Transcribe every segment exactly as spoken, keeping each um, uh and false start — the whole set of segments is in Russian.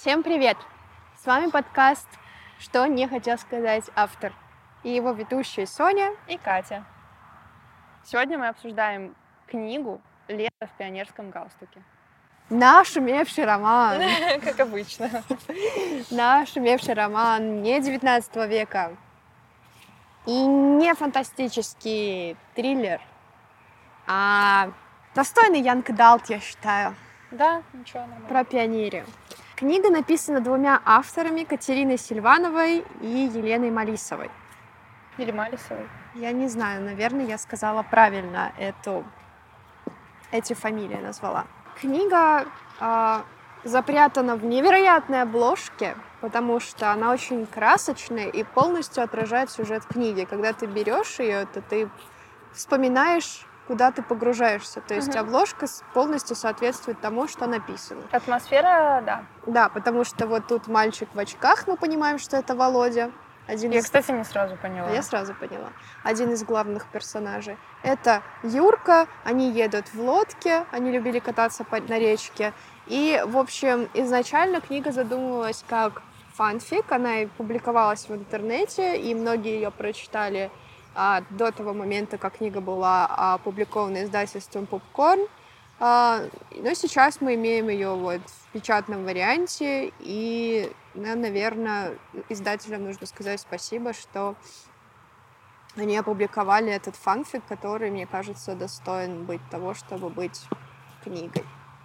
Всем привет! С вами подкаст «Что не хотел сказать автор» и его ведущие Соня и Катя. Сегодня мы обсуждаем книгу «Лето в пионерском галстуке». Наш умевший роман. Как обычно. Наш умевший роман не девятнадцатого века и не фантастический триллер, а достойный янг адалт, я считаю. Да, ничего, нормально. Про пионерию. Книга написана двумя авторами, Катериной Сильвановой и Еленой Малисовой. Или Малисовой. Я не знаю, наверное, я сказала правильно эту, эти фамилии назвала. Книга э, запрятана в невероятной обложке, потому что она очень красочная и полностью отражает сюжет книги. Когда ты берешь ее, то ты вспоминаешь, куда ты погружаешься. То есть угу. обложка полностью соответствует тому, что написано. Атмосфера, да. Да, потому что вот тут мальчик в очках, мы понимаем, что это Володя. Один я, из... кстати, не сразу поняла. Я сразу поняла. Один из главных персонажей. Это Юрка, они едут в лодке, они любили кататься на речке. И, в общем, изначально книга задумывалась как фанфик, она и публиковалась в интернете, и многие ее прочитали а, до того момента, как книга была опубликована издательством «Попкорн». А, но сейчас мы имеем ее вот в печатном варианте, и, ну, наверное, издателям нужно сказать спасибо, что они опубликовали этот фанфик, который, мне кажется, достоин быть того, чтобы быть книгой.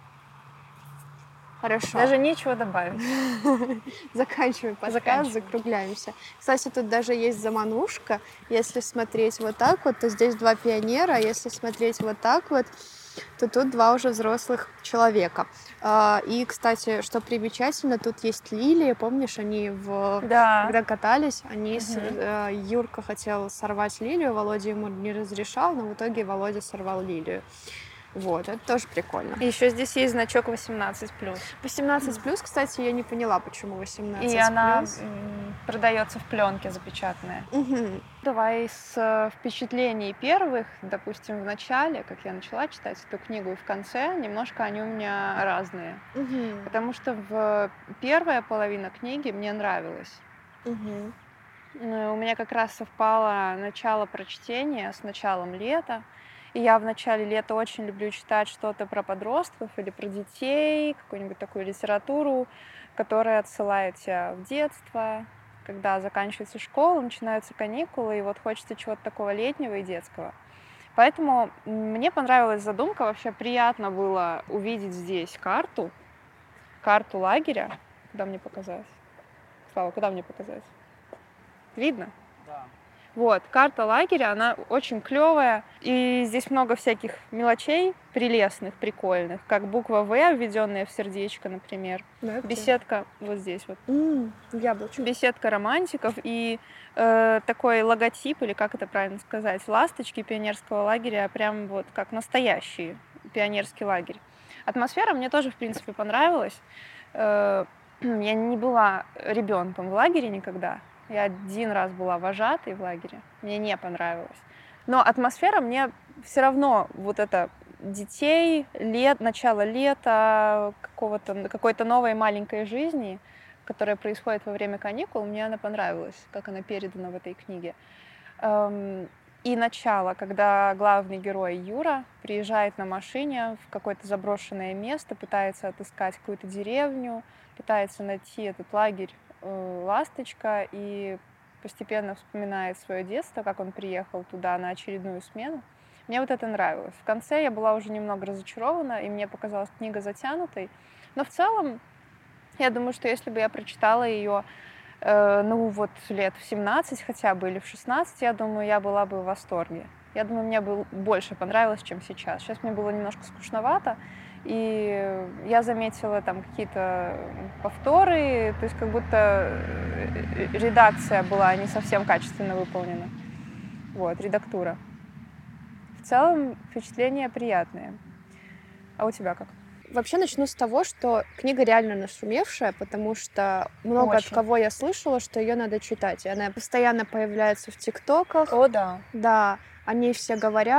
Хорошо. Даже нечего добавить. Заканчиваем подкаст, закругляемся. Кстати, тут даже есть заманушка. Если смотреть вот так вот, то здесь два пионера, а если смотреть вот так вот, то тут два уже взрослых человека. И, кстати, что примечательно, тут есть лилии. Помнишь, они в... да. когда катались, они угу. с... Юрка хотел сорвать лилию, Володя ему не разрешал, но в итоге Володя сорвал лилию. Вот, это тоже прикольно. И еще здесь есть значок восемнадцать плюс. восемнадцать плюс, кстати, я не поняла, почему восемнадцать плюс. И она продается в пленке запечатанная. Угу. Давай с впечатлений первых, допустим, в начале, как я начала читать эту книгу, и в конце, немножко они у меня разные. Угу. Потому что в первая половина книги мне нравилась. Угу. У меня как раз совпало начало прочтения с началом лета. И я в начале лета очень люблю читать что-то про подростков или про детей, какую-нибудь такую литературу, которая отсылает тебя в детство, когда заканчивается школа, начинаются каникулы, и вот хочется чего-то такого летнего и детского. Поэтому мне понравилась задумка, вообще приятно было увидеть здесь карту, карту лагеря. Куда мне показать? Слава, куда мне показать? Видно? Да. Вот, карта лагеря, она очень клевая, и здесь много всяких мелочей прелестных, прикольных, как буква В, введенная в сердечко, например. Да, беседка вот здесь вот. Mm, яблочко. Беседка романтиков и э, такой логотип, или как это правильно сказать, ласточки пионерского лагеря, прям вот как настоящий пионерский лагерь. Атмосфера мне тоже, в принципе, понравилась. Э, я не была ребенком в лагере никогда. Я один раз была вожатой в лагере, мне не понравилось. Но атмосфера мне все равно, вот это детей, лет, начало лета, какого-то, какой-то новой маленькой жизни, которая происходит во время каникул, мне она понравилась, как она передана в этой книге. И начало, когда главный герой Юра приезжает на машине в какое-то заброшенное место, пытается отыскать какую-то деревню, пытается найти этот лагерь «Ласточка» и постепенно вспоминает свое детство, как он приехал туда на очередную смену. Мне вот это нравилось. В конце я была уже немного разочарована, и мне показалась книга затянутой. Но в целом, я думаю, что если бы я прочитала ее, э, ну вот лет в семнадцать хотя бы или в шестнадцать, я думаю, я была бы в восторге. Я думаю, мне бы больше понравилось, чем сейчас. Сейчас мне было немножко скучновато, и я заметила там какие-то повторы, то есть как будто редакция была не совсем качественно выполнена. Вот, редактура. В целом впечатления приятные. А у тебя как? Вообще начну с того, что книга реально нашумевшая, потому что много Очень. От кого я слышала, что ее надо читать. И она постоянно появляется в ТикТоках. О, да. Да, о ней все говорят.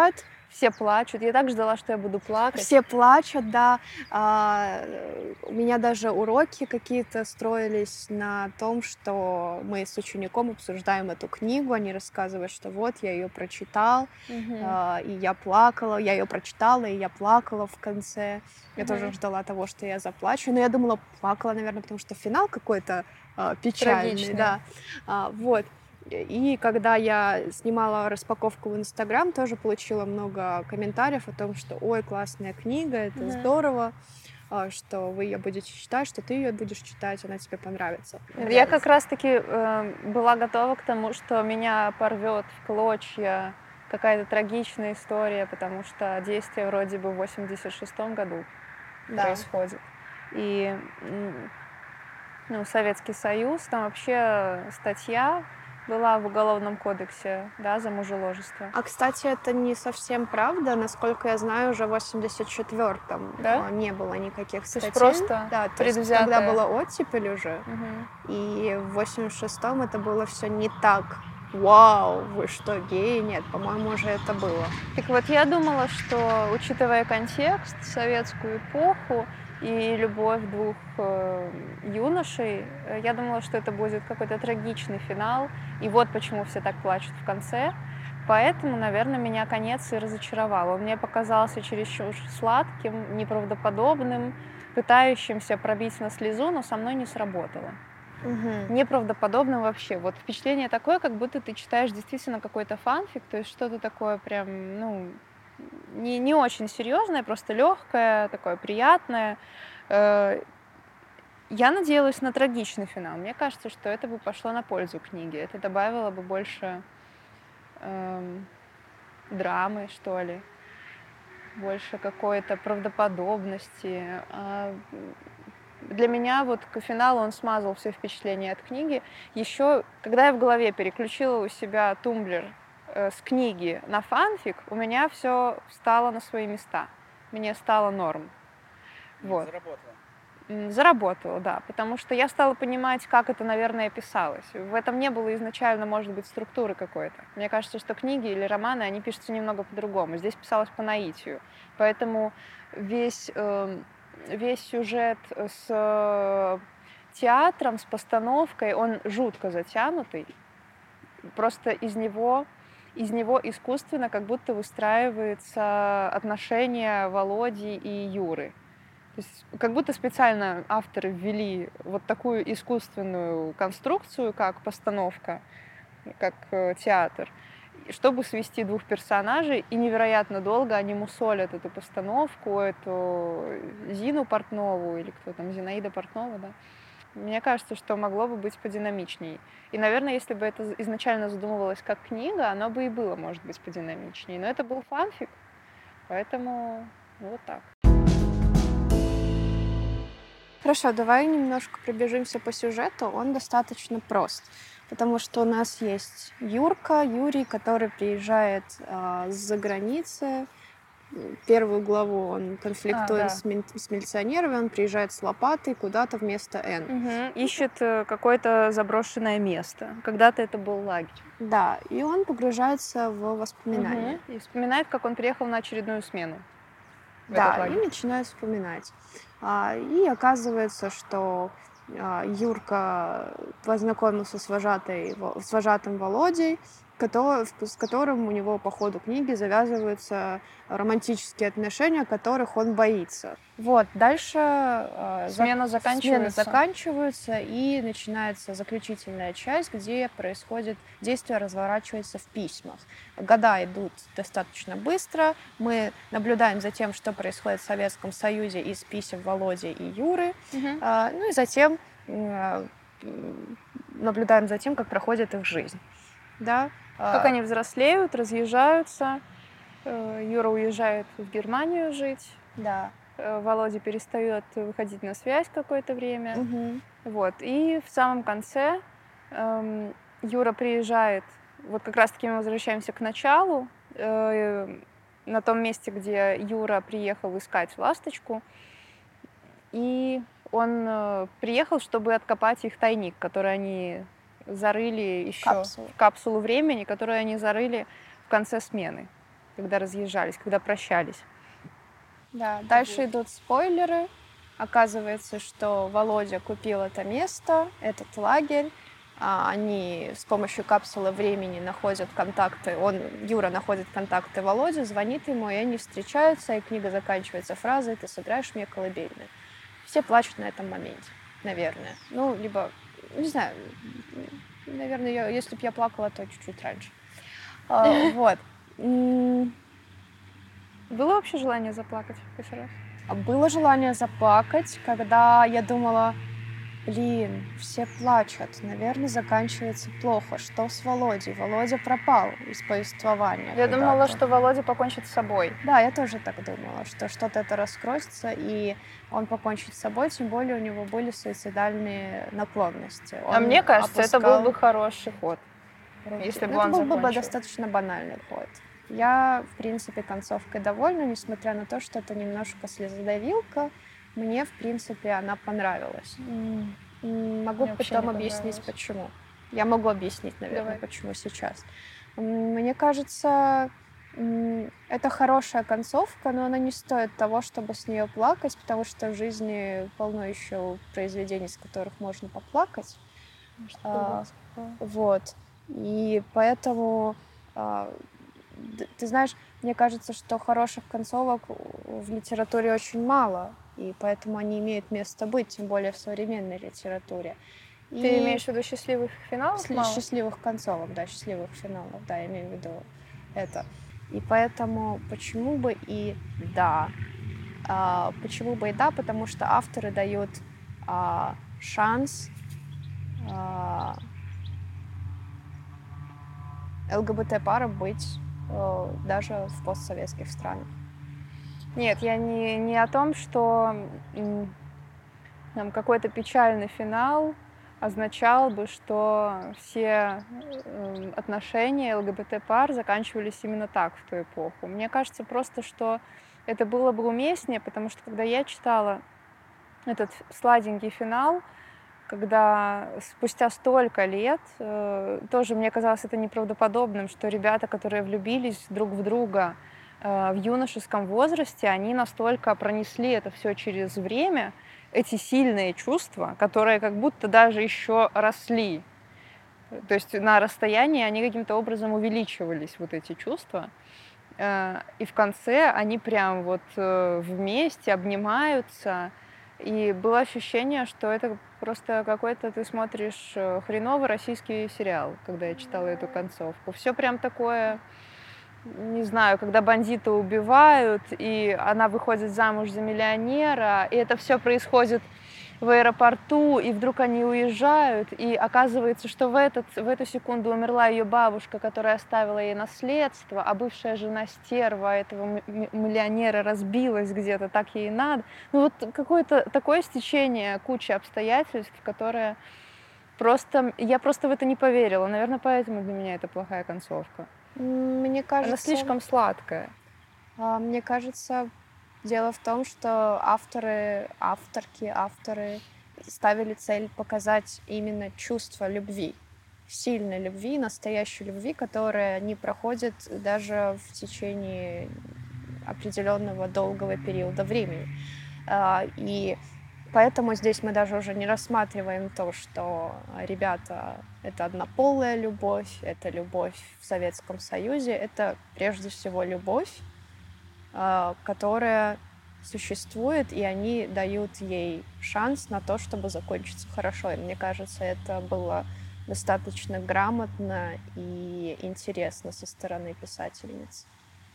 Все плачут. Я так ждала, что я буду плакать. Все плачут, да. А, у меня даже уроки какие-то строились на том, что мы с учеником обсуждаем эту книгу, они рассказывают, что вот, я ее прочитал, Мгм. а, и я плакала, я ее прочитала, и я плакала в конце. Я Мгм. тоже ждала того, что я заплачу, но я думала, плакала, наверное, потому что финал какой-то а, печальный, Трагичный. да. А, вот. И когда я снимала распаковку в Инстаграм, тоже получила много комментариев о том, что ой, классная книга, это Мгм. здорово, а, что вы ее будете читать, что ты ее будешь читать, она тебе понравится. Я как раз-таки э, была готова к тому, что меня порвет в клочья какая-то трагичная история, потому что действие вроде бы в восемьдесят шестом году Да. происходит. И м, ну, Советский Союз, там вообще статья была в Уголовном кодексе, да, за мужеложество. А, кстати, это не совсем правда. Насколько я знаю, уже в восемьдесят четвёртом Да? а, не было никаких То статей. есть просто Да, то есть тогда предвзятое. была оттепель уже, Мгм. и в восемьдесят шестом это было все не так. Вау, вы что, геи? Нет, по-моему, уже это было. Так вот, я думала, что, учитывая контекст, советскую эпоху и любовь двух э, юношей, э, я думала, что это будет какой-то трагичный финал, и вот почему все так плачут в конце. Поэтому, наверное, меня конец и разочаровал. Он мне показался чересчур сладким, неправдоподобным, пытающимся пробить на слезу, но со мной не сработало. Мгм. Неправдоподобным вообще. Вот впечатление такое, как будто ты читаешь действительно какой-то фанфик, то есть что-то такое прям, ну, не, не очень серьезное, просто легкое, такое приятное. Э, Я надеялась на трагичный финал. Мне кажется, что это бы пошло на пользу книге. Это добавило бы больше эм, драмы, что ли, больше какой-то правдоподобности. А, м, Для меня вот к финалу он смазал все впечатления от книги. Еще, когда я в голове переключила у себя тумблер э, с книги на фанфик, у меня все встало на свои места. Мне стало норм. Вот. Заработала. М, Заработало, да, потому что я стала понимать, как это, наверное, писалось. В этом не было изначально, может быть, структуры какой-то. Мне кажется, что книги или романы, они пишутся немного по-другому. Здесь писалось по наитию. Поэтому весь, эм, весь сюжет с э, театром, с постановкой, он жутко затянутый. Просто из него, из него искусственно как будто выстраивается отношение Володи и Юры. То есть как будто специально авторы ввели вот такую искусственную конструкцию, как постановка, как э, театр, чтобы свести двух персонажей, и невероятно долго они мусолят эту постановку, эту Зину Портнову, или кто там, Зинаида Портнова, да. Мне кажется, что могло бы быть подинамичней. И, наверное, если бы это изначально задумывалось как книга, оно бы и было, может быть, подинамичнее. Но это был фанфик, поэтому ну, вот так. Хорошо, давай немножко пробежимся по сюжету. Он достаточно прост, потому что у нас есть Юрка, Юрий, который приезжает а, с-за границы. Первую главу он конфликтует А, да. с, миль- с милиционерами, он приезжает с лопатой куда-то вместо Н. Мгм. Ищет э, какое-то заброшенное место. Когда-то это был лагерь. Да, и он погружается в воспоминания. Мгм. И вспоминает, как он приехал на очередную смену в этот Да, и лагерь. начинает вспоминать. А, и оказывается, что а, Юрка познакомился с, вожатой, Во- с вожатым Володей, кото- с которым у него по ходу книги завязываются романтические отношения, которых он боится. Вот, дальше а, зак- Смена смены заканчивается. заканчиваются, и начинается заключительная часть, где происходит, действие разворачивается в письмах. Года идут достаточно быстро, мы наблюдаем за тем, что происходит в Советском Союзе из писем Володи и Юры, Мгм. а, ну и затем а, м, наблюдаем за тем, как проходит их жизнь. Да? Как А, они взрослеют, разъезжаются. Э, Юра уезжает в Германию жить. да. Э, Володя перестает выходить на связь какое-то время. Мгм. Вот. И в самом конце эм, Юра приезжает, вот как раз-таки мы возвращаемся к началу, э, на том месте, где Юра приехал искать ласточку, и он э, приехал, чтобы откопать их тайник, который они зарыли еще Капсулу. в капсулу времени, которую они зарыли в конце смены. когда разъезжались, когда прощались. Да, дальше идут спойлеры. Оказывается, что Володя купил это место, этот лагерь. А, Они с помощью капсулы времени находят контакты. Он, Юра, находит контакты Володи, звонит ему, и они встречаются, и книга заканчивается фразой «Ты сыграешь мне колыбельную». Все плачут на этом моменте, наверное. Ну, либо, не знаю, наверное, я- если бы я плакала, то чуть-чуть раньше. А, Вот. М, Было вообще желание заплакать хоть раз? А Было желание заплакать, когда я думала, блин, все плачут, наверное, заканчивается плохо. Что с Володей? Володя пропал из повествования Я думала, куда-то. что Володя покончит с собой. Да, я тоже так думала, что что-то это раскроется, и он покончит с собой, тем более у него были суицидальные наклонности. А Он мне кажется, это был опускал бы хороший ход, руки. если бы Ну, это он был бы закончил. достаточно банальный ход. Я, в принципе, концовкой довольна, несмотря на то, что это немножко слезодавилка. Мне, в принципе, она понравилась. М, М, Могу Мне вообще не потом объяснить, понравилось. почему. Я могу объяснить, наверное, Давай. почему сейчас. М, Мне кажется, м, это хорошая концовка, но она не стоит того, чтобы с нее плакать, потому что в жизни полно еще произведений, с которых можно поплакать. Может, А, это было такое. Вот. И поэтому, а, д- ты знаешь, мне кажется, что хороших концовок в литературе очень мало, и поэтому они имеют место быть, тем более в современной литературе. Ты И имеешь в виду счастливых финалов сли- мало? счастливых концовок, да, счастливых финалов, да, я имею в виду это. И поэтому почему бы и да. А, почему бы и да, потому что авторы дают а, шанс а, ЛГБТ-парам быть э, даже в постсоветских странах. Нет, я не, не о том, что м, там какой-то печальный финал означал бы, что все э, отношения ЛГБТ-пар заканчивались именно так в ту эпоху. Мне кажется просто, что это было бы уместнее, потому что когда я читала этот сладенький финал, когда спустя столько лет, э, тоже мне казалось это неправдоподобным, что ребята, которые влюбились друг в друга э, в юношеском возрасте, они настолько пронесли это все через время, эти сильные чувства, которые как будто даже еще росли. То есть на расстоянии они каким-то образом увеличивались, вот эти чувства. Э, И в конце они прям вот э, вместе обнимаются. И было ощущение, что это просто какой-то ты смотришь э, хреновый российский сериал, когда я читала эту концовку. Все прям такое, не знаю, когда бандита убивают, и она выходит замуж за миллионера, и это все происходит в аэропорту, и вдруг они уезжают, и оказывается, что в, этот, в эту секунду умерла ее бабушка, которая оставила ей наследство, а бывшая жена стерва этого м- миллионера разбилась где-то, так ей и надо. Ну вот какое-то такое стечение, куча обстоятельств, которое просто... Я просто в это не поверила. Наверное, поэтому для меня это плохая концовка. М, Мне Она кажется, слишком сладкая. а, мне кажется, дело в том, что авторы, авторки, авторы ставили цель показать именно чувство любви, сильной любви, настоящей любви, которая не проходит даже в течение определенного долгого периода времени. А, И поэтому здесь мы даже уже не рассматриваем то, что ребята — это однополая любовь, это любовь в Советском Союзе, это прежде всего любовь, а, которая существует, и они дают ей шанс на то, чтобы закончиться хорошо. И мне кажется, это было достаточно грамотно и интересно со стороны писательницы.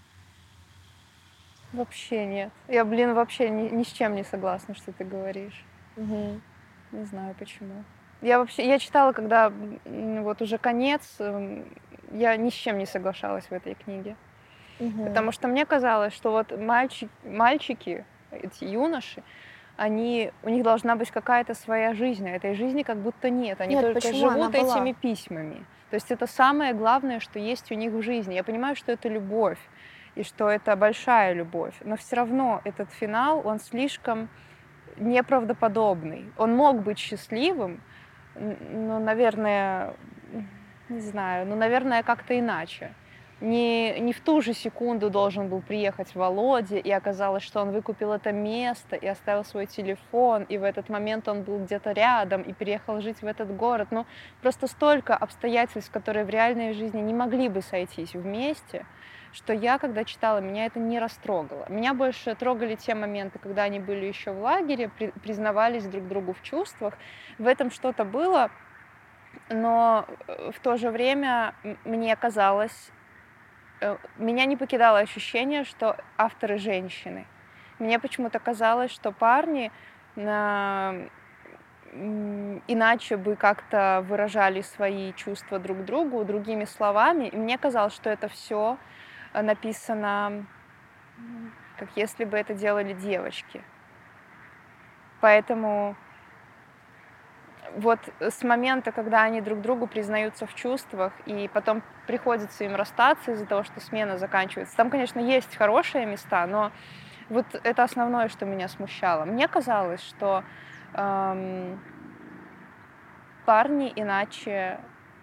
Вообще нет. Я, блин, вообще ни, ни с чем не согласна, что ты говоришь. Мгм. Не знаю почему. Я вообще, я читала, когда м, вот уже конец, эм, я ни с чем не соглашалась в этой книге. Мгм. Потому что мне казалось, что вот мальчик, мальчики, эти юноши, они, у них должна быть какая-то своя жизнь, а этой жизни как будто нет. Они Нет, только почему она живут была? этими письмами. То есть это самое главное, что есть у них в жизни. Я понимаю, что это любовь, и что это большая любовь, но все равно этот финал, он слишком неправдоподобный. Он мог быть счастливым, н- но, наверное, не знаю, ну, наверное, как-то иначе. не, не в ту же секунду должен был приехать Володя, и оказалось, что он выкупил это место и оставил свой телефон, и в этот момент он был где-то рядом и переехал жить в этот город. Ну, просто столько обстоятельств, которые в реальной жизни не могли бы сойтись вместе, что я, когда читала, меня это не растрогало. Меня больше трогали те моменты, когда они были еще в лагере, при, признавались друг другу в чувствах. В этом что-то было, но в то же время мне казалось, меня не покидало ощущение, что авторы женщины. Мне почему-то казалось, что парни э, иначе бы как-то выражали свои чувства друг другу другими словами. И мне казалось, что это все написано, как если бы это делали девочки. Поэтому вот с момента, когда они друг другу признаются в чувствах, и потом приходится им расстаться из-за того, что смена заканчивается. Там, конечно, есть хорошие места, но вот это основное, что меня смущало. Мне казалось, что эм, парни иначе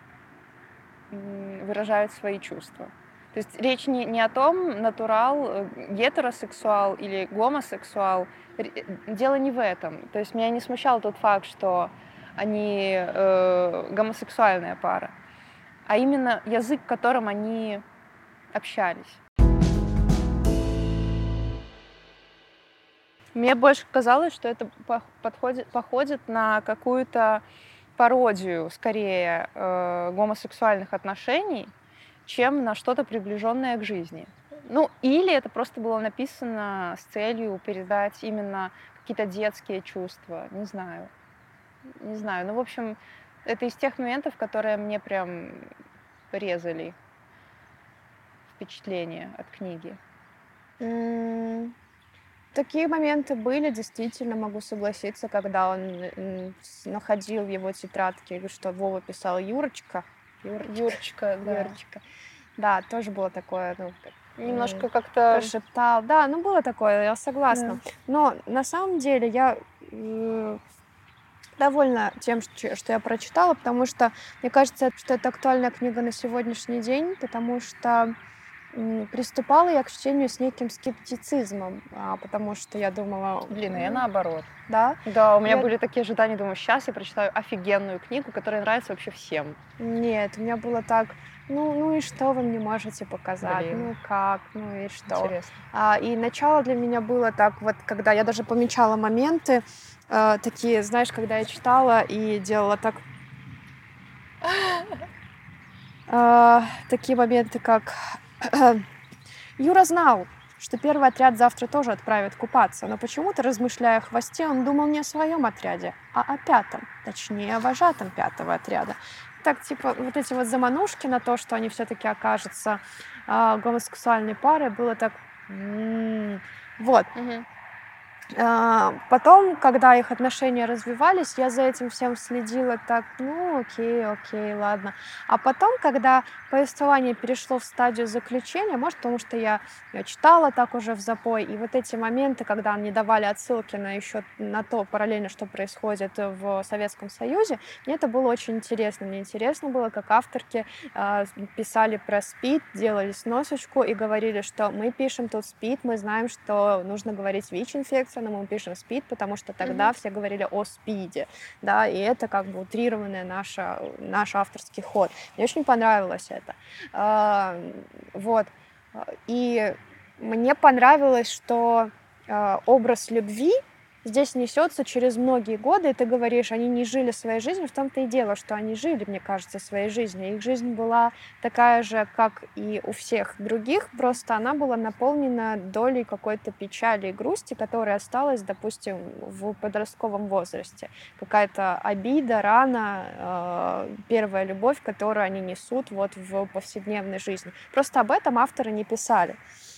выражают свои чувства. То есть речь не, не о том, натурал, гетеросексуал или гомосексуал. Дело не в этом. То есть меня не смущал тот факт, что они э, гомосексуальная пара, а именно язык, которым они общались. Мне больше казалось, что это подходит, походит на какую-то пародию, скорее, э, гомосексуальных отношений, чем на что-то приближенное к жизни. Ну, или это просто было написано с целью передать именно какие-то детские чувства, не знаю. Не знаю, ну, в общем, это из тех моментов, которые мне прям резали впечатление от книги. Mm. Такие моменты были, действительно, могу согласиться, когда он находил в его тетрадке, что Вова писал Юрочка. Юр... Юрочка, да. Юрочка. Да, тоже было такое, ну, немножко м- как-то прошептал. Да, ну было такое, я согласна. Да. Но на самом деле я э, довольна тем, что я прочитала, потому что мне кажется, что это актуальная книга на сегодняшний день, потому что приступала я к чтению с неким скептицизмом, а, потому что я думала... Блин, а я наоборот. Да? Да, у меня я... были такие ожидания, думаю, сейчас я прочитаю офигенную книгу, которая нравится вообще всем. Нет, у меня было так, ну, ну и что вы мне можете показать? Блин. Ну как, ну и что? Интересно. А, и начало для меня было так вот, когда я даже помечала моменты, э, такие, знаешь, когда я читала и делала так... э, такие моменты, как... Юра знал, что первый отряд завтра тоже отправят купаться, но почему-то, размышляя о хвосте, он думал не о своем отряде, а о пятом, точнее, о вожатом пятого отряда. Так, типа, вот эти вот заманушки на то, что они все-таки окажутся э, гомосексуальной парой, было так... М-м-м. Вот. Угу. Потом, когда их отношения развивались, я за этим всем следила так, ну окей, окей, ладно. А потом, когда повествование перешло в стадию заключения, может, потому что я, я читала так уже в запой, и вот эти моменты, когда они давали отсылки на еще на то параллельно, что происходит в Советском Союзе, мне это было очень интересно. Мне интересно было, как авторки э, писали про СПИД, делали сносочку и говорили, что мы пишем тут СПИД, мы знаем, что нужно говорить ВИЧ-инфекция, но мы пишем СПИД, потому что тогда mm-hmm. все говорили о СПИДе, да, и это как бы утрированный наша, наш авторский ход. Мне очень понравилось это. А, вот. И мне понравилось, что а, образ любви здесь несется через многие годы, и ты говоришь, они не жили своей жизнью, в том-то и дело, что они жили, мне кажется, своей жизнью. Их жизнь была такая же, как и у всех других, просто она была наполнена долей какой-то печали и грусти, которая осталась, допустим, в подростковом возрасте. Какая-то обида, рана, э, первая любовь, которую они несут вот в повседневной жизни. Просто об этом авторы не писали.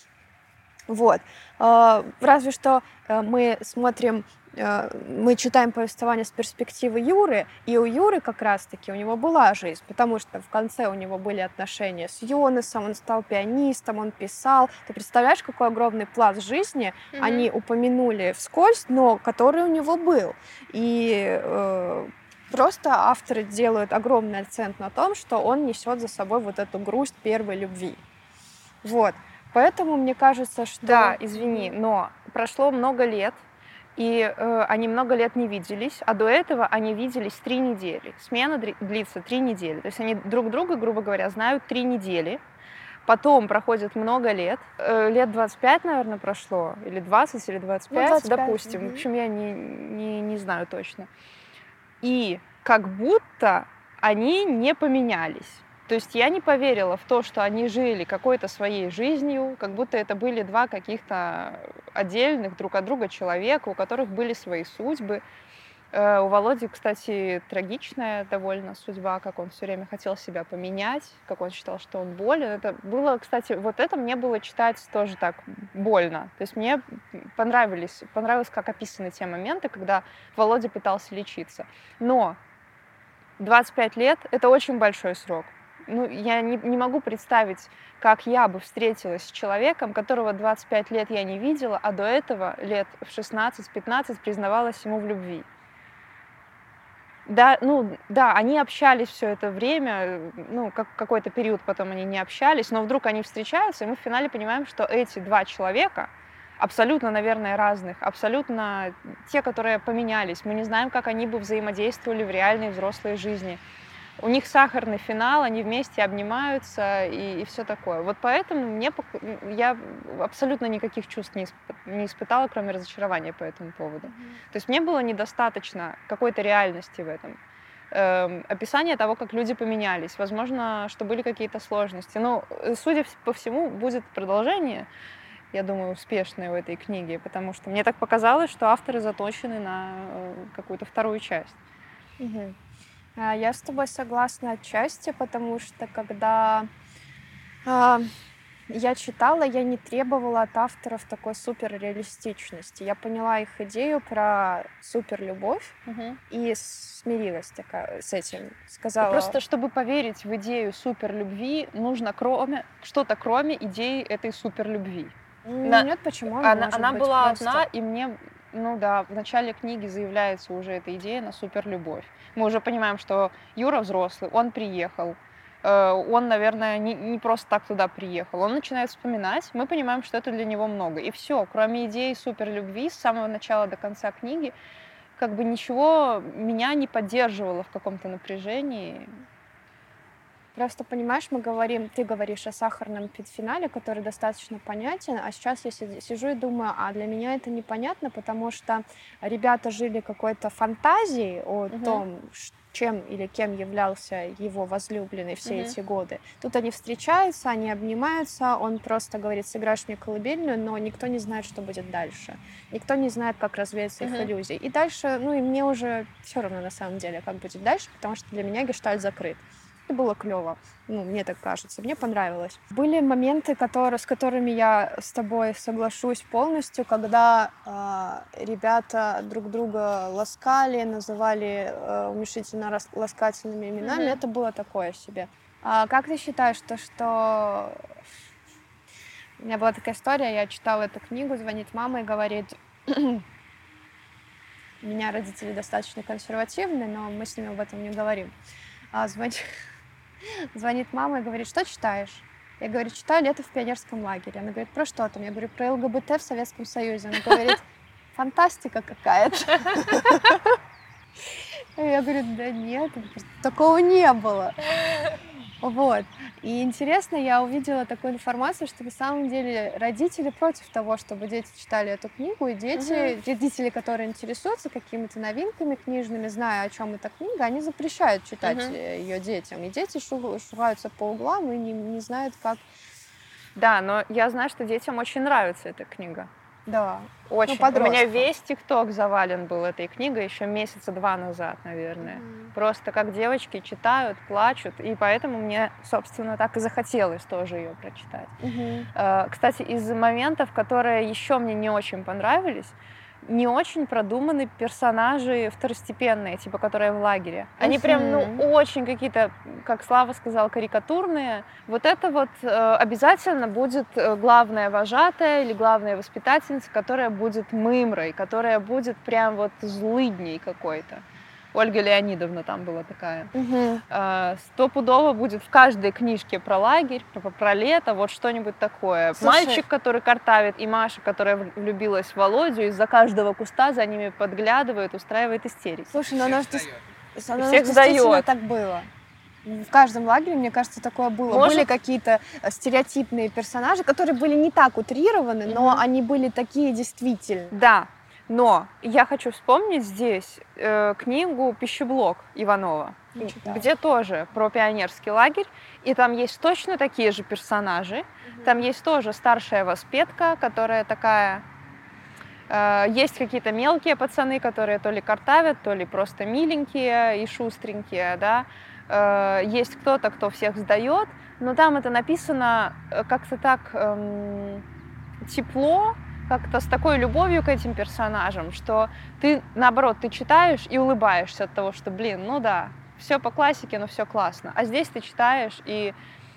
Вот. Разве что мы смотрим, мы читаем повествование с перспективы Юры, и у Юры как раз-таки у него была жизнь, потому что в конце у него были отношения с Йонасом, он стал пианистом, он писал. Ты представляешь, какой огромный пласт жизни mm-hmm. они упомянули вскользь, но который у него был. И э, просто авторы делают огромный акцент на том, что он несет за собой вот эту грусть первой любви. Вот. Поэтому мне кажется, что... Да, извини, но прошло много лет, и э, они много лет не виделись, а до этого они виделись три недели. Смена дри- длится три недели. То есть они друг друга, грубо говоря, знают три недели. Потом проходит много лет, э, лет двадцать пять, наверное, прошло, или двадцать, или двадцать пять, Ну, двадцать пять, допустим. угу. В общем, я не, не, не знаю точно. И как будто они не поменялись. То есть я не поверила в то, что они жили какой-то своей жизнью, как будто это были два каких-то отдельных друг от друга человека, у которых были свои судьбы. У Володи, кстати, трагичная довольно судьба, как он все время хотел себя поменять, как он считал, что он болен. Это было, кстати, вот это мне было читать тоже так больно. То есть мне понравились, понравилось, как описаны те моменты, когда Володя пытался лечиться. Но двадцать пять лет — это очень большой срок. Ну, я не, не могу представить, как я бы встретилась с человеком, которого двадцать пять лет я не видела, а до этого лет в шестнадцать-пятнадцать признавалась ему в любви. Да, ну, да, они общались все это время, ну, как, какой-то период потом они не общались, но вдруг они встречаются, и мы в финале понимаем, что эти два человека абсолютно, наверное, разных, абсолютно те, которые поменялись. Мы не знаем, как они бы взаимодействовали в реальной взрослой жизни. У них сахарный финал, они вместе обнимаются и, и все такое. Вот поэтому мне, я абсолютно никаких чувств не, исп, не испытала, кроме разочарования по этому поводу. Mm-hmm. То есть мне было недостаточно какой-то реальности в этом. Эм, описание того, как люди поменялись. Возможно, что были какие-то сложности. Но, судя по всему, будет продолжение, я думаю, успешное у этой книги, потому что мне так показалось, что авторы заточены на какую-то вторую часть. Mm-hmm. Я с тобой согласна отчасти, потому что когда э, я читала, я не требовала от авторов такой суперреалистичности. Я поняла их идею про суперлюбовь угу. и смирилась такая, с этим. Сказала... И просто чтобы поверить в идею суперлюбви, нужно кроме, что-то кроме идеи этой суперлюбви. На... Нет, почему? Она, она она быть была просто... одна, и мне... Ну да, в начале книги заявляется уже эта идея на суперлюбовь. Мы уже понимаем, что Юра взрослый, он приехал, он, наверное, не, не просто так туда приехал. Он начинает вспоминать, мы понимаем, что это для него много. И все, кроме идеи суперлюбви с самого начала до конца книги, как бы ничего меня не поддерживало в каком-то напряжении. Просто, понимаешь, мы говорим, ты говоришь о сахарном финале, который достаточно понятен, а сейчас я сижу и думаю, а для меня это непонятно, потому что ребята жили какой-то фантазией о угу. том, чем или кем являлся его возлюбленный все угу. эти годы. Тут они встречаются, они обнимаются, он просто говорит, сыграешь мне колыбельную, но никто не знает, что будет дальше. Никто не знает, как развеется угу. их иллюзии. И дальше, ну и мне уже все равно на самом деле, как будет дальше, потому что для меня гештальт закрыт. Это было клево, ну, мне так кажется, мне понравилось. Были моменты, которые, с которыми я с тобой соглашусь полностью, когда э, ребята друг друга ласкали, называли э, уменьшительно-ласкательными именами, mm-hmm. это было такое себе. А как ты считаешь, то, что... У меня была такая история, я читала эту книгу, звонит мама и говорит... У меня родители достаточно консервативны, но мы с ними об этом не говорим. А, звонит... Звонит мама и говорит, что читаешь? Я говорю, читаю «Лето в пионерском лагере». Она говорит, про что там? Я говорю, про ЛГБТ в Советском Союзе. Она говорит, фантастика какая-то. Я говорю, да нет, такого не было. Вот. И интересно, я увидела такую информацию, что на самом деле родители против того, чтобы дети читали эту книгу, и дети, угу. родители, которые интересуются какими-то новинками книжными, зная, о чем эта книга, они запрещают читать угу. ее детям. И дети шугаются по углам и не, не знают, как... Да, но я знаю, что детям очень нравится эта книга. Да. Очень. Ну, у меня весь ТикТок завален был этой книгой еще месяца два назад, наверное. Mm-hmm. Просто как девочки читают, плачут, и поэтому мне, собственно, так и захотелось тоже ее прочитать. Mm-hmm. Кстати, из моментов, которые еще мне не очень понравились, не очень продуманы персонажи второстепенные, типа, которые в лагере. Они uh-huh. прям, ну, очень какие-то, как Слава сказал, карикатурные. Вот это вот э, обязательно будет главная вожатая или главная воспитательница, которая будет мымрой, которая будет прям вот злыдней какой-то. Ольга Леонидовна там была такая. Угу. Э, стопудово будет в каждой книжке про лагерь, про, про лето, вот что-нибудь такое. Слушай... Мальчик, который картавит, и Маша, которая влюбилась в Володю, из-за каждого куста за ними подглядывает, устраивает истерики. Слушай, ну оно же дес- оно Всех же действительно сдаёт. так было. В каждом лагере, мне кажется, такое было. Может- Были какие-то э, стереотипные персонажи, которые были не так утрированы, но Мгм. они были такие действительно. Да, но я хочу вспомнить здесь э, книгу «Пищеблок» Иванова, Не читала. где тоже про пионерский лагерь, и там есть точно такие же персонажи. Там есть тоже старшая воспетка, которая такая... э, есть какие-то мелкие пацаны, которые то ли картавят, то ли просто миленькие и шустренькие, да. Э, есть кто-то, кто всех сдает, но там это написано э, как-то так эм, тепло, как-то с такой любовью к этим персонажам, что ты, наоборот, ты читаешь и улыбаешься от того, что, блин, ну да, все по классике, но все классно. А здесь ты читаешь и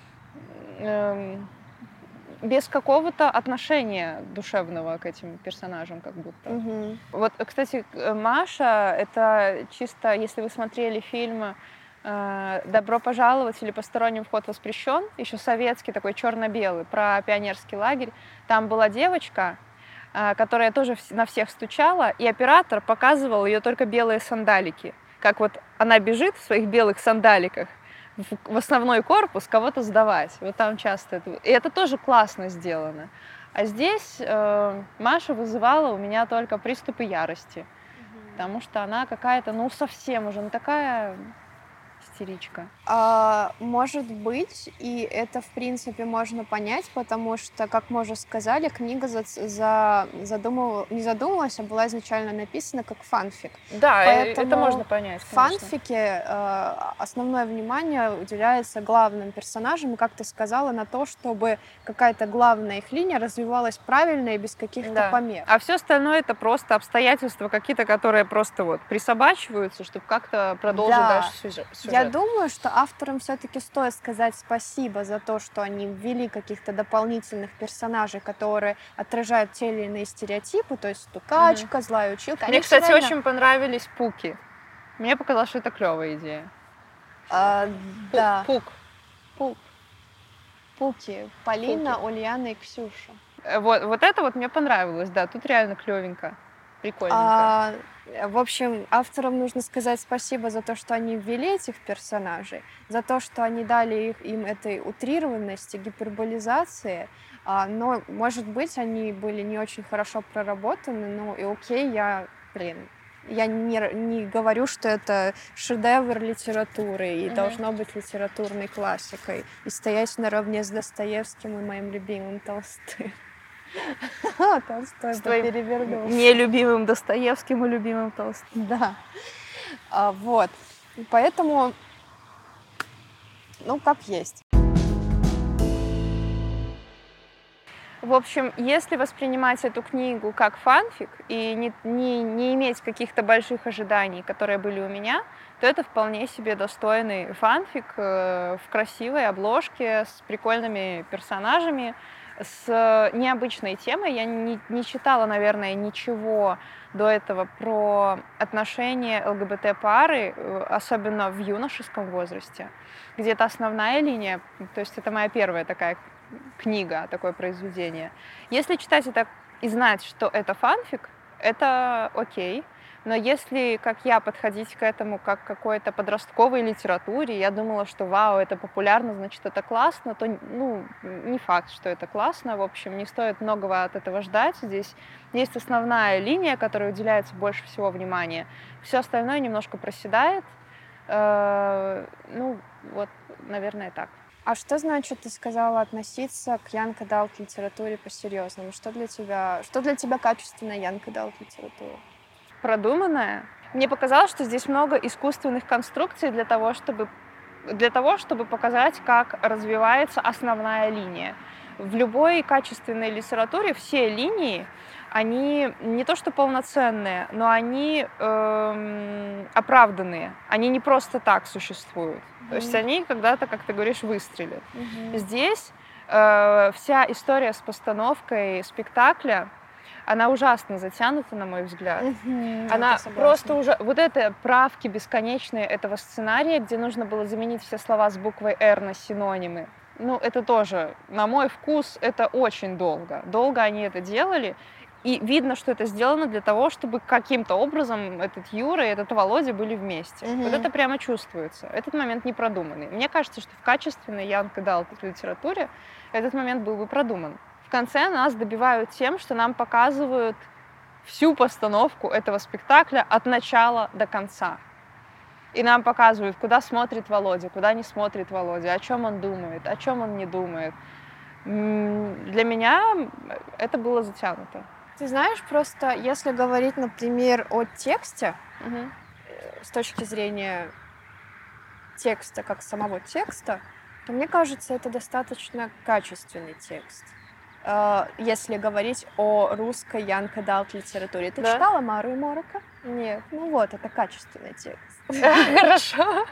эм, без какого-то отношения душевного к этим персонажам, как будто. Мгм. Вот, кстати, к- Маша, это чисто, если вы смотрели фильм э, «Добро пожаловать» или «Посторонним вход воспрещен», еще советский, такой черно-белый, про пионерский лагерь, там была девочка, э, которая тоже вс- на всех стучала, и оператор показывал ее только белые сандалики. Как вот она бежит в своих белых сандаликах в в основной корпус кого-то сдавать. Вот там часто это... И это тоже классно сделано. А здесь э, Маша вызывала у меня только приступы ярости. Потому что она какая-то, ну, совсем уже, ну, такая истеричка. А, может быть, и это, в принципе, можно понять, потому что, как мы уже сказали, книга за, за, задумывала, не задумывалась, а была изначально написана как фанфик. Да, это Поэтому можно понять, В конечно. фанфике э, основное внимание уделяется главным персонажам, и, как ты сказала, на то, чтобы какая-то главная их линия развивалась правильно и без каких-то Да. помех. А все остальное это просто обстоятельства какие-то, которые просто вот присобачиваются, чтобы как-то продолжить Да. дальше сюжет. Я думаю, что авторам все-таки стоит сказать спасибо за то, что они ввели каких-то дополнительных персонажей, которые отражают те или иные стереотипы, то есть стукачка, злая училка. Мне, Они всё кстати, равно- очень понравились пуки. Мне показалось, что это клевая идея. А, Пу- да, Пук. Пу- Пуки. Полина, Ульяна и Ксюша. Э, Вот, вот это вот мне понравилось, да, тут реально клевенько, прикольненько. А, в общем, авторам нужно сказать спасибо за то, что они ввели этих персонажей, за то, что они дали их, им этой утрированности, гиперболизации. А, но, может быть, они были не очень хорошо проработаны, ну и окей, я, блин, я не, р- не говорю, что это шедевр литературы и Мгм. должно быть литературной классикой и стоять наравне с Достоевским и моим любимым Толстым. Толстой С твоим перевернулся. нелюбимым Достоевским и любимым Толстым. Да. А, вот. И Поэтому, ну, как есть. В общем, если воспринимать эту книгу как фанфик и не, не, не иметь каких-то больших ожиданий, которые были у меня, то это вполне себе достойный фанфик э, в красивой обложке с прикольными персонажами, с необычной темой. Я не, не читала, наверное, ничего до этого про отношения ЛГБТ-пары, э, особенно в юношеском возрасте, где это основная линия, то есть это моя первая такая книга, такое произведение. Если читать это и знать, что это фанфик, это окей. Но если, как я, подходить к этому как к какой-то подростковой литературе, я думала, что вау, это популярно, значит, это классно, то ну, не факт, что это классно. В общем, не стоит многого от этого ждать. Здесь есть основная линия, которой уделяется больше всего внимания. Все остальное немножко проседает. Э, Ну, вот, наверное, так. А что значит, ты сказала, относиться к Янг Адалт литературе по-серьезному? Что для тебя, что для тебя качественная Янг Адалт литература? Продуманная. Мне показалось, что здесь много искусственных конструкций для того, чтобы, для того, чтобы показать, как развивается основная линия. В любой качественной литературе все линии, они не то что полноценные, но они эм, оправданные. Они не просто так существуют. То есть они когда-то, как ты говоришь, выстрелят. Мгм. Здесь э, вся история с постановкой спектакля Она ужасно затянута, на мой взгляд. Мгм, Она это согласна. просто уже... Вот это правки бесконечные этого сценария, где нужно было заменить все слова с буквой «Р» на синонимы. Ну, это тоже, на мой вкус, это очень долго. Долго они это делали. И видно, что это сделано для того, чтобы каким-то образом этот Юра и этот Володя были вместе. Мгм. Вот это прямо чувствуется. Этот момент не продуманный. Мне кажется, что в качественной young adult литературе этот момент был бы продуман. В конце нас добивают тем, что нам показывают всю постановку этого спектакля от начала до конца. И нам показывают, куда смотрит Володя, куда не смотрит Володя, о чем он думает, о чем он не думает. М, Для меня это было затянуто. Ты знаешь, просто если говорить, например, о тексте, Мгм. с точки зрения текста, как самого текста, то мне кажется, это достаточно качественный текст. Э, Если говорить о русской young adult литературе. Ты Да? читала Мару и Морока? Нет. Ну вот, это качественный текст. Хорошо.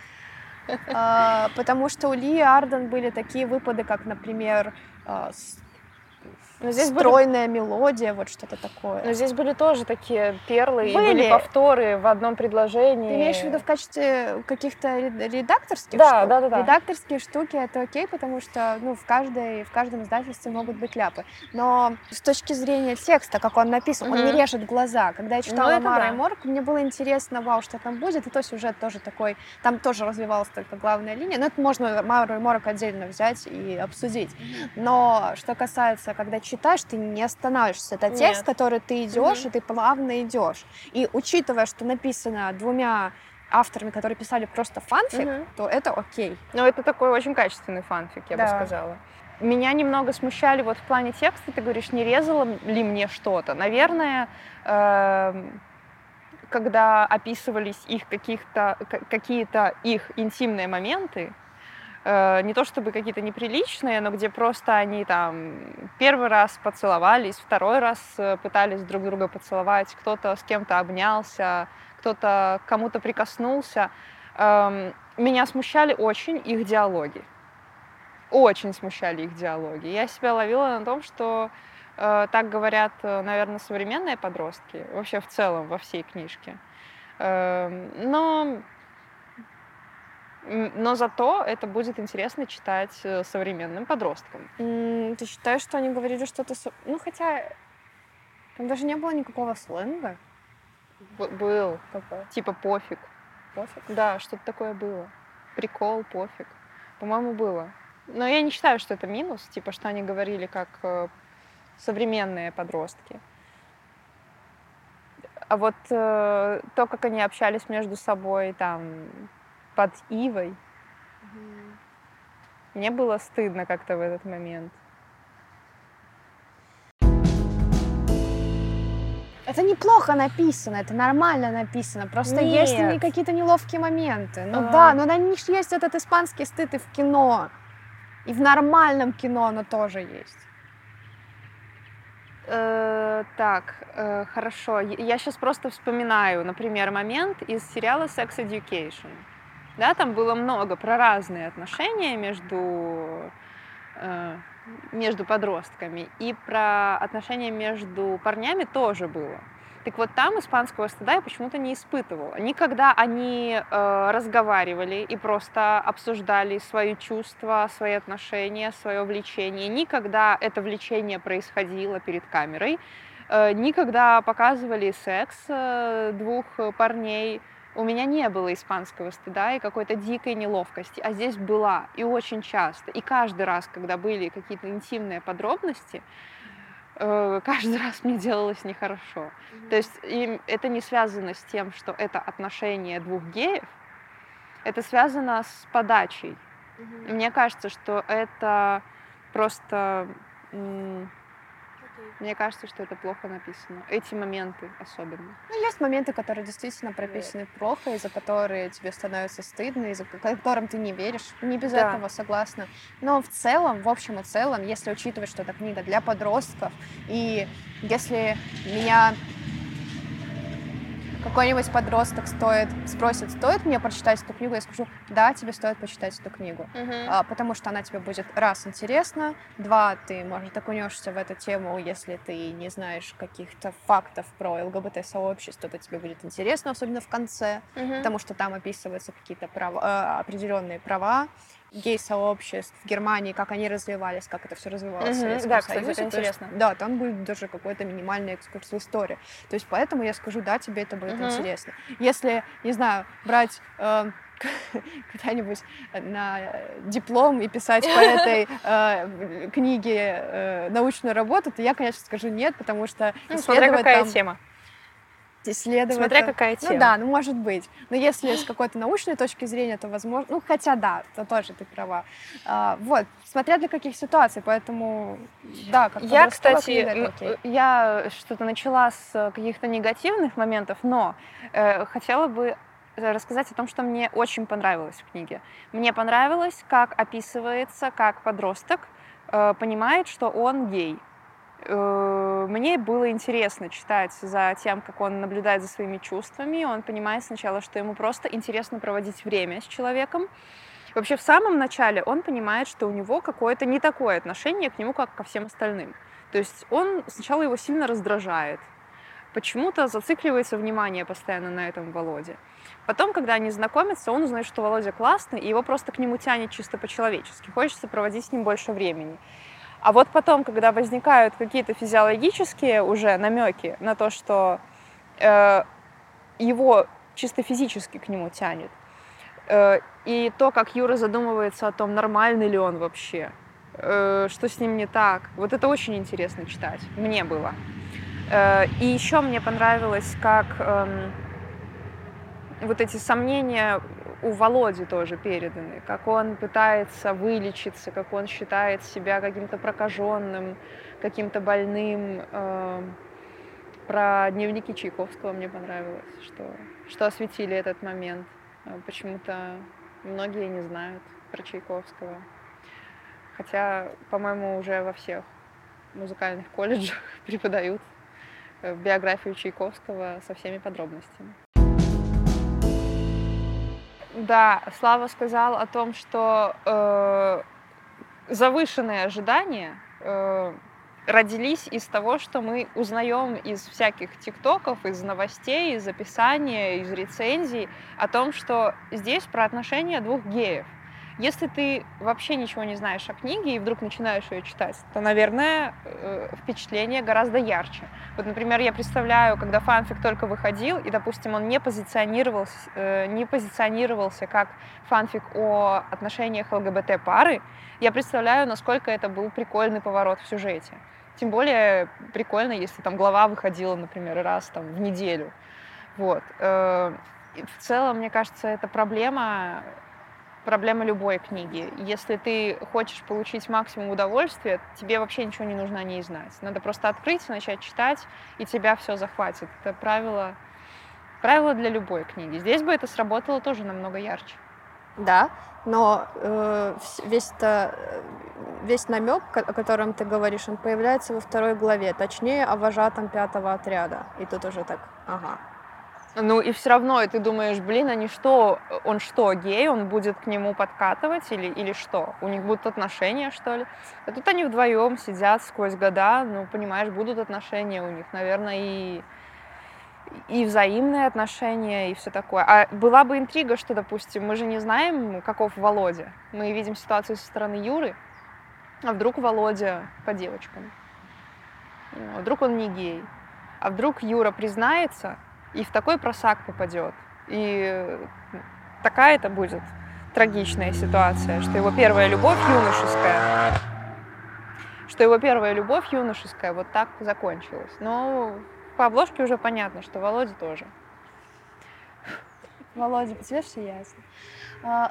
А, Потому что у Ли Арден были такие выпады, как, например, а, с- Но здесь были, стройная мелодия, вот что-то такое. но здесь были тоже такие перлы, и Были. были повторы в одном предложении. Ты имеешь в виду в качестве каких-то ре- редакторских Да, штук? да, да, да. Редакторские штуки это окей, потому что ну, в, каждой, в каждом издательстве могут быть ляпы. Но с точки зрения текста, как он написан, он не Мгм. режет глаза. Когда я читала это Мара да. и Морок, мне было интересно, вау, что там будет, и то сюжет тоже такой, там тоже развивалась только главная линия. Но это можно Мару и Морок отдельно взять и обсудить. Но что касается, когда читаешь, ты не останавливаешься. Это текст, Нет. который ты идешь, Мгм. и ты плавно идешь. И учитывая, что написано двумя авторами, которые писали просто фанфик, Мгм. то это окей. Но это такой очень качественный фанфик, я бы Да. сказала. Меня немного смущали вот в плане текста, ты говоришь, не резало ли мне что-то. Наверное, эм, когда описывались их каких-то, к- какие-то их интимные моменты, э, не то чтобы какие-то неприличные, но где просто они там первый раз поцеловались, второй раз э, пытались друг друга поцеловать, кто-то с кем-то обнялся, кто-то к кому-то прикоснулся. Эм, Меня смущали очень их диалоги. Очень смущали их диалоги. Я себя ловила на том, что э, так говорят, э, наверное, современные подростки, вообще в целом во всей книжке. Эм, но М, Но зато это будет интересно читать э, современным подросткам. М, Ты считаешь, что они говорили что-то... со- Ну, хотя там даже не было никакого сленга. Б- Был, Какой? типа пофиг. Пофиг. Да, что-то такое было. Прикол, пофиг. По-моему, было. Но я не считаю, что это минус, типа, что они говорили как э, современные подростки. А вот э, то, как они общались между собой там под ивой, мне было стыдно как-то в этот момент. Это неплохо написано, это нормально написано. Просто есть Нет. не- какие-то неловкие моменты. Ну А. да, но на них есть этот испанский стыд и в кино. И в нормальном кино оно тоже есть. Э, так, э, хорошо. Я- Я сейчас просто вспоминаю, например, момент из сериала Sex Education. Да, там было много про разные отношения между, э, между подростками, и про отношения между парнями тоже было. Так вот, там испанского стыда я почему-то не испытывала. Никогда они э, разговаривали и просто обсуждали свои чувства, свои отношения, свое влечение. Никогда это влечение происходило перед камерой. Э, никогда показывали секс э, двух парней. У меня не было испанского стыда и какой-то дикой неловкости, а здесь была, и очень часто. И каждый раз, когда были какие-то интимные подробности, э, каждый раз мне делалось нехорошо. То есть им это не связано с тем, что это отношения двух геев, это связано с подачей. Мне кажется, что это просто... м, Мне кажется, что это плохо написано. Эти моменты особенно. Ну, есть моменты, которые действительно прописаны плохо, из-за которые тебе становится стыдно, из-за ко- которым ты не веришь. Не без Да. этого согласна. Но в целом, в общем и целом, если учитывать, что это книга для подростков, и если меня какой-нибудь подросток стоит, спросит, стоит мне прочитать эту книгу, я скажу, да, тебе стоит почитать эту книгу, Мгм. а, потому что она тебе будет, раз, интересна, два, ты, может, окунешься в эту тему, если ты не знаешь каких-то фактов про ЛГБТ-сообщество, то тебе будет интересно, особенно в конце, Мгм. потому что там описываются какие-то права, э, определенные права гей-сообществ в Германии, как они развивались, как это все развивалось в Мгм. Советском Да, кстати, это Союзе. То есть, интересно. да, там будет даже какой-то минимальный экскурс в историю. То есть поэтому я скажу, да, тебе это будет Мгм. интересно. Если, не знаю, брать э, когда-нибудь на диплом и писать по этой э, книге э, научную работу, то я, конечно, скажу нет, потому что Ну, смотря исследовать какая там... тема. исследовать Смотря там. какая Ну тема. да, ну может быть. Но если с какой-то научной точки зрения, то возможно... Ну, хотя да, то тоже ты права. А, вот, смотря для каких ситуаций, поэтому да, как Я, подростковая кстати, книга, это м, окей. я что-то начала с каких-то негативных моментов, но э, хотела бы рассказать о том, что мне очень понравилось в книге. Мне понравилось, как описывается, как подросток э, понимает, что он гей. Э, Мне было интересно читать за тем, как он наблюдает за своими чувствами. Он понимает сначала, что ему просто интересно проводить время с человеком. Вообще в самом начале он понимает, что у него какое-то не такое отношение к нему, как ко всем остальным. То есть он сначала его сильно раздражает. Почему-то зацикливается внимание постоянно на этом Володе. Потом, когда они знакомятся, он узнает, что Володя классный, и его просто к нему тянет чисто по-человечески. Хочется проводить с ним больше времени. А вот потом, когда возникают какие-то физиологические уже намеки на то, что э, его чисто физически к нему тянет, э, и то, как Юра задумывается о том, нормальный ли он вообще, э, что с ним не так, вот это очень интересно читать. Мне было. Э, и еще мне понравилось, как эм, вот эти сомнения у Володи тоже переданы, как он пытается вылечиться, как он считает себя каким-то прокаженным, каким-то больным. Э, Про дневники Чайковского мне понравилось, что, что осветили этот момент. Э, Почему-то многие не знают про Чайковского. Хотя, по-моему, уже во всех музыкальных колледжах преподают э, биографию Чайковского со всеми подробностями. Да, Слава сказал о том, что э, завышенные ожидания э, родились из того, что мы узнаем из всяких тиктоков, из новостей, из описания, из рецензий о том, что здесь про отношения двух геев. Если ты вообще ничего не знаешь о книге и вдруг начинаешь ее читать, то, наверное, э, впечатление гораздо ярче. Вот, например, я представляю, когда фанфик только выходил, и, допустим, он не позиционировался, э, не позиционировался как фанфик о отношениях ЛГБТ-пары, я представляю, насколько это был прикольный поворот в сюжете. Тем более прикольно, если там глава выходила, например, раз там, в неделю. Вот. Э, и в целом, мне кажется, это проблема, проблема любой книги. Если ты хочешь получить максимум удовольствия, тебе вообще ничего не нужно о ней знать. Надо просто открыть, начать читать, и тебя все захватит. Это правило, правило для любой книги. Здесь бы это сработало тоже намного ярче. Да, но э, вс- весь, это, э, весь намек, о котором ты говоришь, он появляется во второй главе, точнее, о вожатом пятого отряда. И тут уже так, ага. Ну и все равно, и ты думаешь, блин, они что, он что, гей, он будет к нему подкатывать или, или что? У них будут отношения, что ли? А тут они вдвоем сидят сквозь года, ну, понимаешь, будут отношения у них, наверное, и, и взаимные отношения, и все такое. А была бы интрига, что, допустим, мы же не знаем, каков Володя. Мы видим ситуацию со стороны Юры, а вдруг Володя по девочкам? Ну, а вдруг он не гей? А вдруг Юра признается и в такой просак попадет? И такая это будет трагичная ситуация, что его первая любовь юношеская, что его первая любовь юношеская вот так закончилась. Но по обложке уже понятно, что Володя тоже. Володя, по тебе все ясно. А,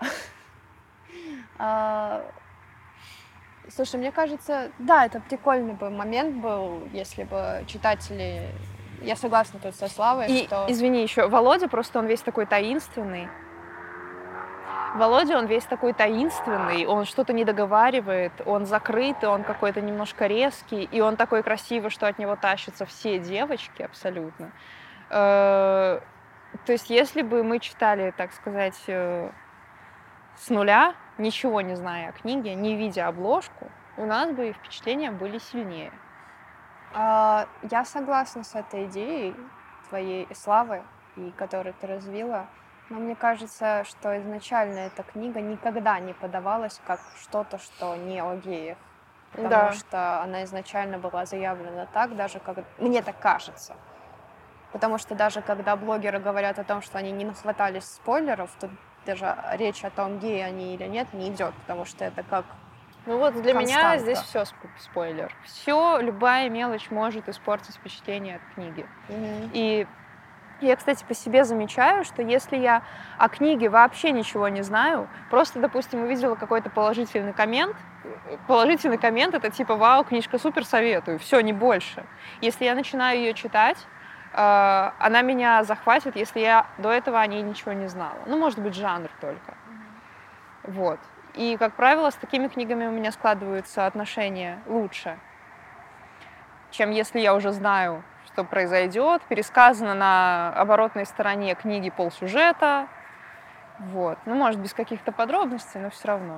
а, слушай, мне кажется, да, это прикольный бы момент был, если бы читатели... Я согласна тут со Славой, И, что... извини, еще Володя, просто он весь такой таинственный. Володя, он весь такой таинственный, он что-то не договаривает, он закрытый, он какой-то немножко резкий, и он такой красивый, что от него тащатся все девочки абсолютно. То есть если бы мы читали, так сказать, э, с нуля, ничего не зная о книге, не видя обложку, у нас бы и впечатления были сильнее. А, Я согласна с этой идеей твоей и Славы, и которую ты развила, но мне кажется, что изначально эта книга никогда не подавалась как что-то, что не о геях, потому Да. что она изначально была заявлена так, даже как мне так кажется. Потому что даже когда блогеры говорят о том, что они не нахватались спойлеров, то даже речь о том, геи они или нет, не идет, потому что это как Ну вот для меня константа. здесь все спойлер. Все, любая мелочь может испортить впечатление от книги. Мгм. И я, кстати, по себе замечаю, что если я о книге вообще ничего не знаю, просто, допустим, увидела какой-то положительный коммент, положительный коммент — это типа «Вау, книжка супер, советую», все, не больше. Если я начинаю ее читать, э, она меня захватит, если я до этого о ней ничего не знала. Ну, может быть, жанр только. Вот. И, как правило, с такими книгами у меня складываются отношения лучше, чем если я уже знаю, что произойдет, пересказано на оборотной стороне книги полсюжета. Вот. Ну, может, без каких-то подробностей, но все равно.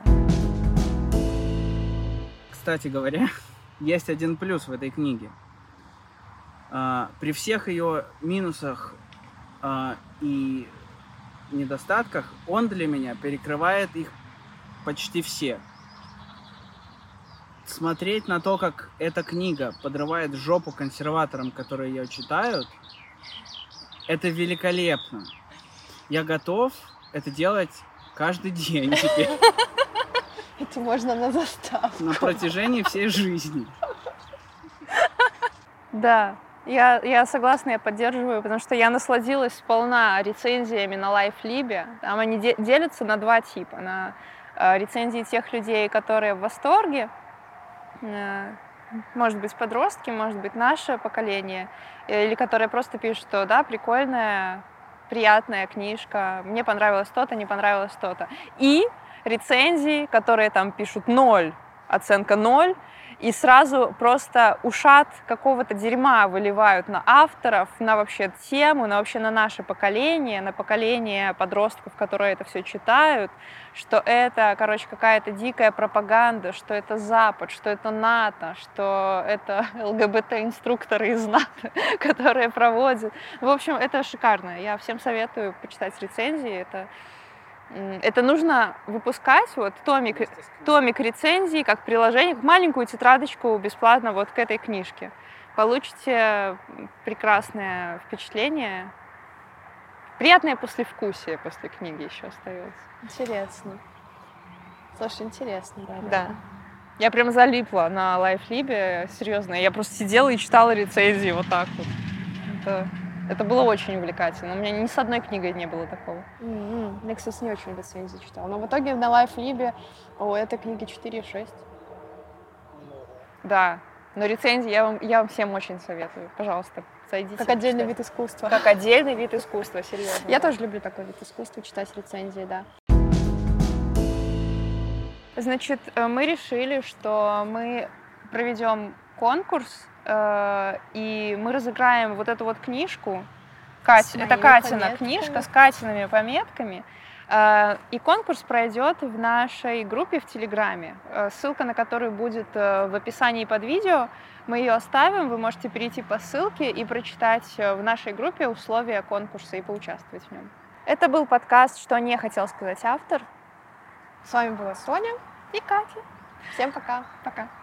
Кстати говоря, есть один плюс в этой книге. А, при всех ее минусах а, и недостатках он для меня перекрывает их почти все. Смотреть на то, как эта книга подрывает жопу консерваторам, которые ее читают, это великолепно. Я готов это делать каждый день теперь. Это можно на заставку. На протяжении всей жизни. Да, я, я согласна, я поддерживаю, потому что я насладилась сполна рецензиями на Лайфлибе. Там они де- делятся на два типа. На э, рецензии тех людей, которые в восторге, э, может быть, подростки, может быть, наше поколение, или которые просто пишут, что да, прикольная, приятная книжка, мне понравилось то-то, не понравилось то-то. И рецензии, которые там пишут ноль, оценка ноль, и сразу просто ушат какого-то дерьма выливают на авторов, на вообще тему, на вообще на наше поколение, на поколение подростков, которые это все читают, что это, короче, какая-то дикая пропаганда, что это Запад, что это НАТО, что это ЛГБТ-инструкторы из НАТО, которые проводят. В общем, это шикарно. Я всем советую почитать рецензии. Это Это нужно выпускать, вот, томик, томик рецензий, как приложение, как маленькую тетрадочку бесплатно вот к этой книжке. Получите прекрасное впечатление. Приятное послевкусие после книги еще остается. Интересно. Слушай, интересно, да. Да. Я прям залипла на Лайфлибе, серьезно. Я просто сидела и читала рецензии вот так вот. Это... Это было очень увлекательно. У меня ни с одной книгой не было такого. Mm-hmm. Я, кстати, не очень рецензии читала. Но в итоге на Лайфлибе у этой книги четыре и шесть. Да. Но рецензии я вам, я вам всем очень советую. Пожалуйста, зайдите. Как отдельный читайте. вид искусства. Как отдельный вид искусства, серьезно. Я тоже люблю такой вид искусства, читать рецензии, да. Значит, мы решили, что мы проведем конкурс, и мы разыграем вот эту вот книжку. Кать, это Катина пометками. Книжка с Катиными пометками. И конкурс пройдет в нашей группе в Телеграме, ссылка на которую будет в описании под видео. Мы ее оставим, вы можете перейти по ссылке и прочитать в нашей группе условия конкурса и поучаствовать в нем. Это был подкаст «Что не хотел сказать автор». С вами была Соня и Катя. Всем пока. Пока.